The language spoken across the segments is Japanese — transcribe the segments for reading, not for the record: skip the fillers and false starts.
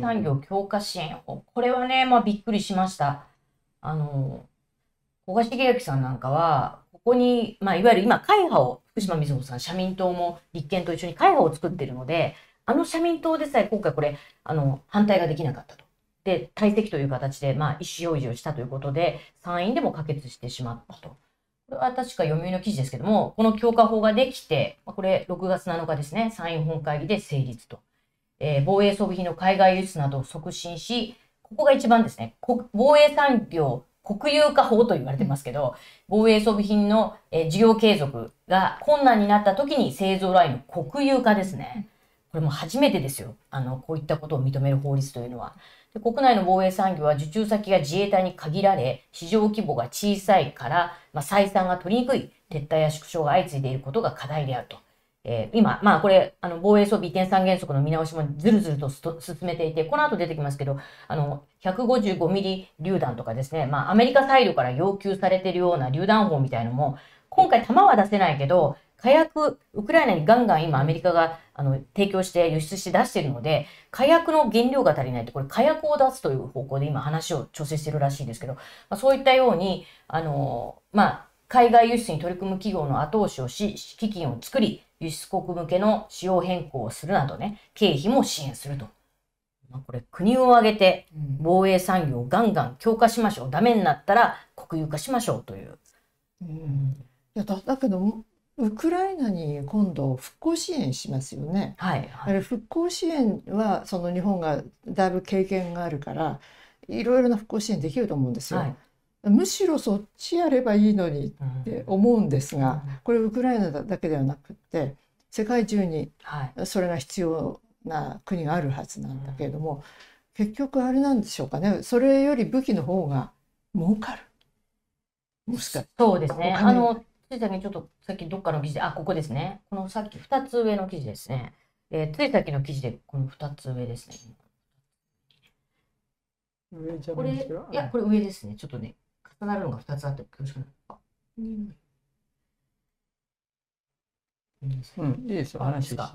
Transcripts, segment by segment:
産業強化支援法。これはね、びっくりしました。古賀茂之さんなんかは、ここに、いわゆる今、会派を、福島みずほさん、社民党も立憲と一緒に会派を作っているので、社民党でさえ今回これ、反対ができなかったと。で、退席という形で、意思表示をしたということで、参院でも可決してしまったと。これは確か読売の記事ですけども、この強化法ができて、これ6月7日ですね、参院本会議で成立と。防衛装備品の海外輸出などを促進し、ここが一番ですね、防衛産業国有化法と言われてますけど、防衛装備品の事業継続が困難になった時に製造ラインの国有化ですね。これも初めてですよ。こういったことを認める法律というのは。で、国内の防衛産業は受注先が自衛隊に限られ、市場規模が小さいから、採算が取りにくい撤退や縮小が相次いでいることが課題であると。今、これ、防衛装備移転三原則の見直しもずるずると進めていて、この後出てきますけど、155ミリ榴弾とかですね、アメリカサイドから要求されているような榴弾砲みたいのも、今回弾は出せないけど、火薬、ウクライナにガンガン今アメリカが提供して輸出して出しているので、火薬の原料が足りないと、これ火薬を出すという方向で今話を調整しているらしいですけど、そういったように、海外輸出に取り組む企業の後押しをし、基金を作り、輸出国向けの仕様変更をするなどね、経費も支援すると。これ国を挙げて防衛産業をガンガン強化しましょう。ダメになったら国有化しましょうという。 いやだけどウクライナに今度復興支援しますよね。あれ復興支援はその日本がだいぶ経験があるからいろいろな復興支援できると思うんですよ。むしろそっちやればいいのにって思うんですが、これウクライナだけではなくって世界中にそれが必要な国があるはずなんだけれども、結局あれなんでしょうかね、それより武器の方が儲かる。もしかしてそうですね。ついさっきちょっとさっきどっかの記事で、ここですね。このさっき2つ上の記事ですね。ついさっきの記事でこの2つ上ですね。これ、いや、これ上ですね。ちょっとね、重なるのが2つあって恐縮な。 いいですよ、話して。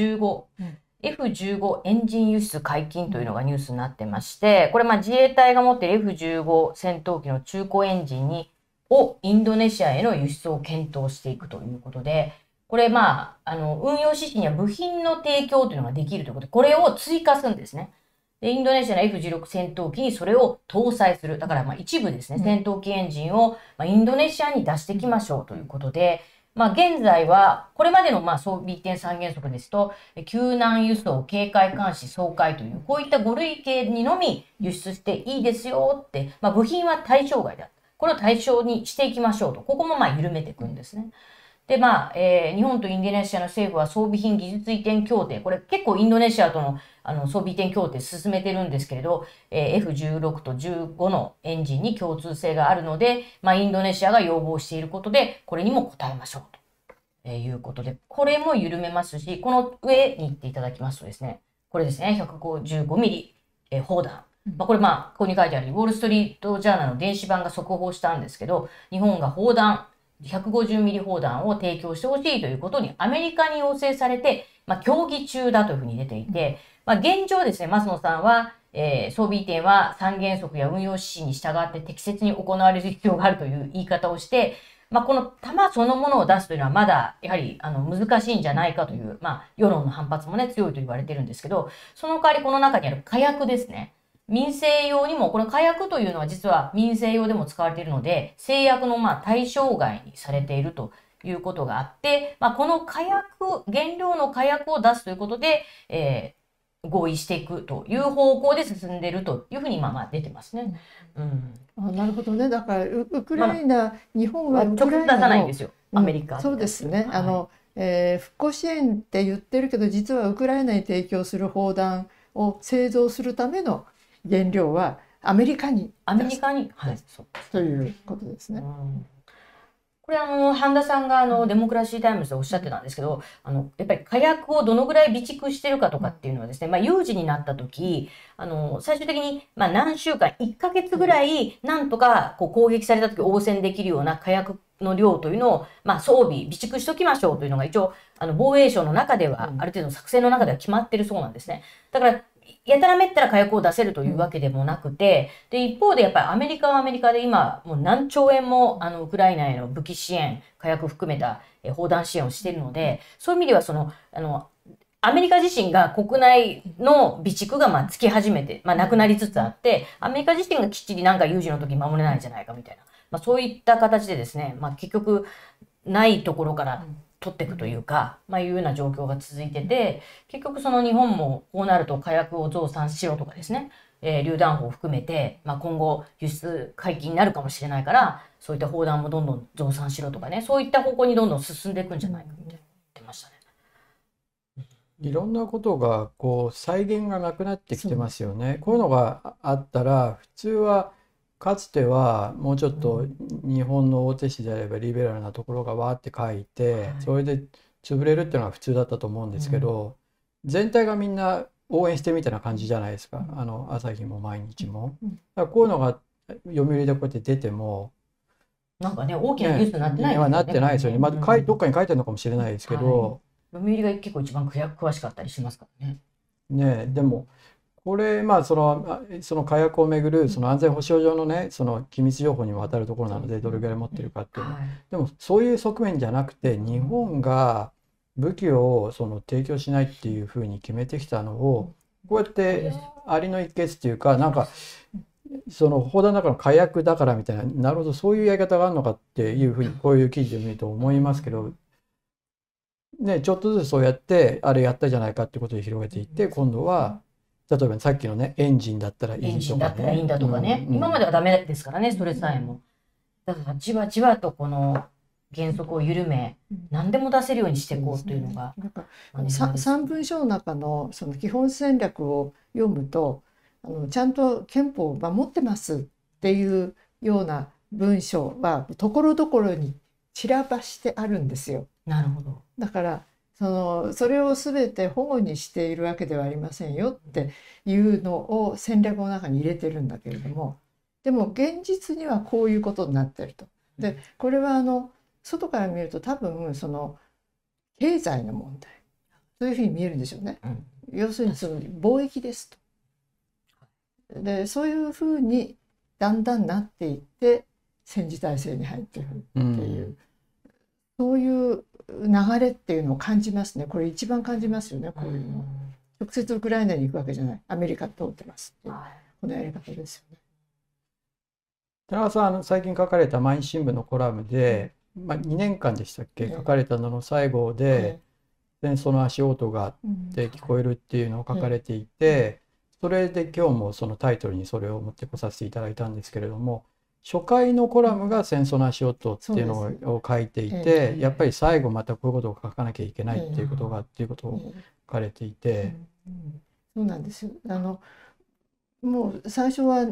F15 エンジン輸出解禁というのがニュースになってまして、これ自衛隊が持っている F15 戦闘機の中古エンジンをインドネシアへの輸出を検討していくということで、これ運用指針や部品の提供というのができるということで、これを追加するんですね。で、インドネシアの F16 戦闘機にそれを搭載する。だから一部ですね、戦闘機エンジンをインドネシアに出していきましょうということで、現在は、これまでの装備移転三原則ですと、救難輸送、警戒監視、掃海という、こういった5類型にのみ輸出していいですよって、部品は対象外だ。これを対象にしていきましょうと。ここも緩めていくんですね。で、日本とインドネシアの政府は装備品技術移転協定、これ結構インドネシアとの装備移転協定進めてるんですけれど、F16 と15のエンジンに共通性があるので、インドネシアが要望していることで、これにも応えましょうということで、これも緩めますし、この上に行っていただきますとですね、これですね、155ミリ砲弾。これここに書いてあるウォールストリートジャーナルの電子版が速報したんですけど、日本が砲弾、150ミリ砲弾を提供してほしいということにアメリカに要請されて、協議中だというふうに出ていて、現状ですね、松野さんは、装備移転は三原則や運用指針に従って適切に行われる必要があるという言い方をして、この弾そのものを出すというのはまだやはり難しいんじゃないかという、世論の反発もね、強いと言われてるんですけど、その代わりこの中にある火薬ですね。民生用にも、この火薬というのは実は民生用でも使われているので、製薬の対象外にされているということがあって、この火薬、原料の火薬を出すということで、合意していくという方向で進んでいるというふうに出てますね。 なるほどね。だからウクライナ、日本は直接出さないんですよ、アメリカ。 そうですね。復興支援って言ってるけど、実はウクライナに提供する砲弾を製造するための原料はアメリカにということですね。 これ半田さんがデモクラシータイムズでおっしゃってたんですけど、やっぱり火薬をどのぐらい備蓄してるかとかっていうのはですね、有事になった時、最終的に何週間、1ヶ月ぐらいなんとか攻撃された時応戦できるような火薬の量というのを、装備、備蓄しときましょうというのが一応、防衛省の中では、ある程度の作戦の中では決まってるそうなんですね。だから、 やたらめったら火薬を出せるというわけでもなくて、で、一方でやっぱりアメリカはアメリカで今、もう何兆円もウクライナへの武器支援、火薬含めた砲弾支援をしているので、そういう意味ではアメリカ自身が国内の備蓄がつき始めて、なくなりつつあって、アメリカ自身がきっちりなんか有事の時守れないんじゃないかみたいな、そういった形でですね、結局ないところから取っていくというか、いうような状況が続いてて、結局その日本もこうなると火薬を増産しろとかですね、榴弾砲を含めて、今後輸出解禁になるかもしれないから、そういった砲弾もどんどん増産しろとかね、そういった方向にどんどん進んでいくんじゃないかみたいな言ってましたね。 いろんなことがこう再現がなくなってきてますよね。こういうのがあったら普通はかつてはもうちょっと日本の大手紙であればリベラルなところがわーって書いて、それで潰れるっていうのが普通だったと思うんですけど、全体がみんな応援してみたいな感じじゃないですか。朝日も毎日も。だからこういうのが読売でこうやって出てもなんかね、大きなニュースになってないですよね。なってないですよね。どっかに書いてるのかもしれないですけど。 読売が結構一番詳しかったりしますからね。 ね、でもこれその火薬をめぐるその安全保障上のね、その機密情報にも当たるところなので、どれぐらい持ってるかっていうの、でもそういう側面じゃなくて、日本が武器を提供しないっていうふうに決めてきたのをこうやってありの一決っていうか、なんかその砲弾の中の火薬だからみたいな、なるほどそういうやり方があるのかっていうふうにこういう記事で見ると思いますけど。ね、ちょっとずつそうやってあれやったじゃないかってことで広げていって、今度は例えばさっきのね、エンジンだったらいいとかね。エンジンだったらいいんだとかね。今まではダメですからね、それさえも。だからじわじわとこの原則を緩め、何でも出せるようにしていこうというのが。 3文書の中のその基本戦略を読むと、ちゃんと憲法を守ってますっていうような文章はところどころに散らばしてあるんですよ。 なるほど。 だからそれを全て保護にしているわけではありませんよっていうのを戦略の中に入れてるんだけれども、でも現実にはこういうことになってると。でこれは外から見ると多分経済の問題、そういうふうに見えるんでしょうね。要するに貿易ですと。でそういうふうにだんだんなっていって戦時体制に入っていくっていう、そういう流れっていうのを感じますね。これ一番感じますよね。こういうの直接ウクライナに行くわけじゃない、アメリカ通ってますっていう、このやり方ですよね。 田中さん、最近書かれた毎日新聞のコラムで、2年間でしたっけ、書かれたのの最後で、戦争の足音がって聞こえるっていうのを書かれていて、それで今日もそのタイトルにそれを持ってこさせていただいたんですけれども、初回のコラムが戦争の足音っていうのを書いていて、やっぱり最後またこういうことを書かなきゃいけないっていうことがっていうことを書かれていて、 そうなんですよ。もう最初は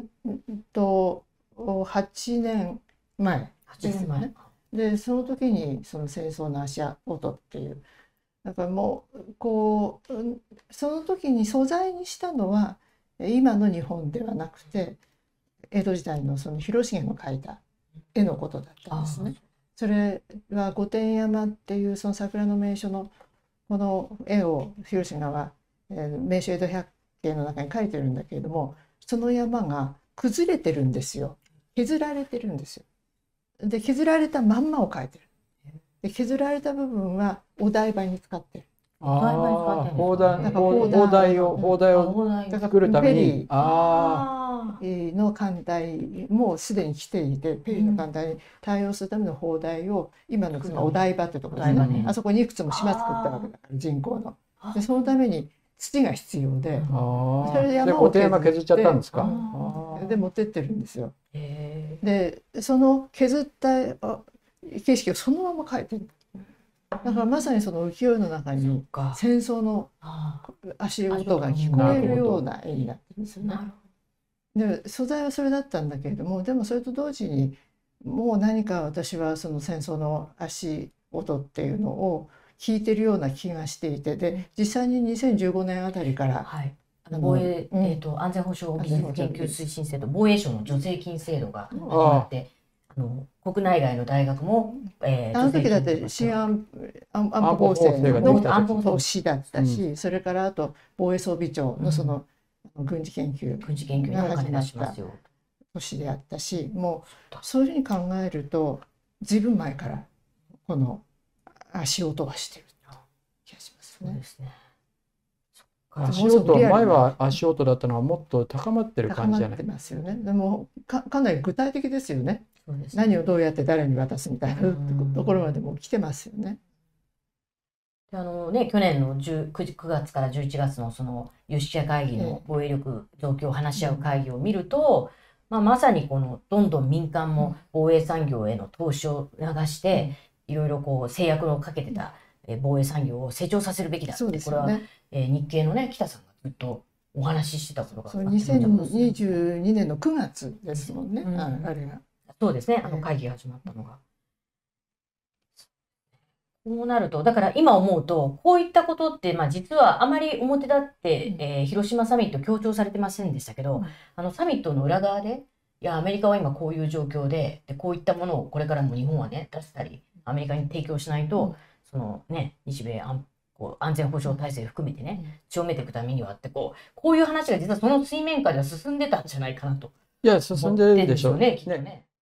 8年前ですよね。でその時にその戦争の足音っていう、だからもうこうその時に素材にしたのは今の日本ではなくて、江戸時代のその広重の描いた絵のことだったんですね。それは御殿山っていうその桜の名所のこの絵を広重は名所江戸百景の中に描いてるんだけれども、その山が崩れてるんですよ。削られてるんですよ。で削られたまんまを描いてる。で削られた部分はお台場に使ってる。 砲台を作るためにの艦隊もすでに来ていて、ペリーの艦隊に対応するための砲台を今のお台場ってところですね。あそこにいくつも島作ったわけだから、人工の。でそのために土が必要で、 それで山を削っちゃったんですか。 で持ってってるんですよ。でその削った景色をそのまま描いてる。だからまさにその浮世絵の中に戦争の足音が聞こえるような絵になってるんですよね。で素材はそれだったんだけれども、でもそれと同時にもう何か私はその戦争の足音っていうのを聞いてるような気がしていて、で実際に2015年あたりから、 防衛安全保障技術研究推進制度、防衛省の助成金制度が始まって。国内外の大学も、 あの時だって新安保法制の投資だったし、それからあと防衛装備庁のその軍事研究にお金出しますよ年であったし、もうそういうふうに考えるとずいぶん前からこの足音がしてる気がしますね。 そうですね。 足音、前は足音だったのはもっと高まってる感じじゃない？ 高まってますよね。でもかなり具体的ですよね。 そうですね。 何をどうやって誰に渡すみたいなところまでも来てますよね。 去年の9月から11月のその有識者会議の防衛力状況を話し合う会議を見ると、まさにこのどんどん民間も防衛産業への投資を促して、いろいろこう制約をかけてた防衛産業を成長させるべきだって、これは日経のね北さんがずっとお話ししてたことが 2022年の9月ですもんね、あれが。 そうですね、会議が始まったのが。こうなると、だから今思うと、こういったことって、実はあまり表立って、広島サミット強調されてませんでしたけど、サミットの裏側で、いや、アメリカは今こういう状況で、こういったものをこれからも日本はね、出したり、アメリカに提供しないと、そのね、日米安全保障体制含めてね、強めていくためにはって、こういう話が実はその水面下では進んでたんじゃないかなと。 いや、進んでるでしょうね、きっとね。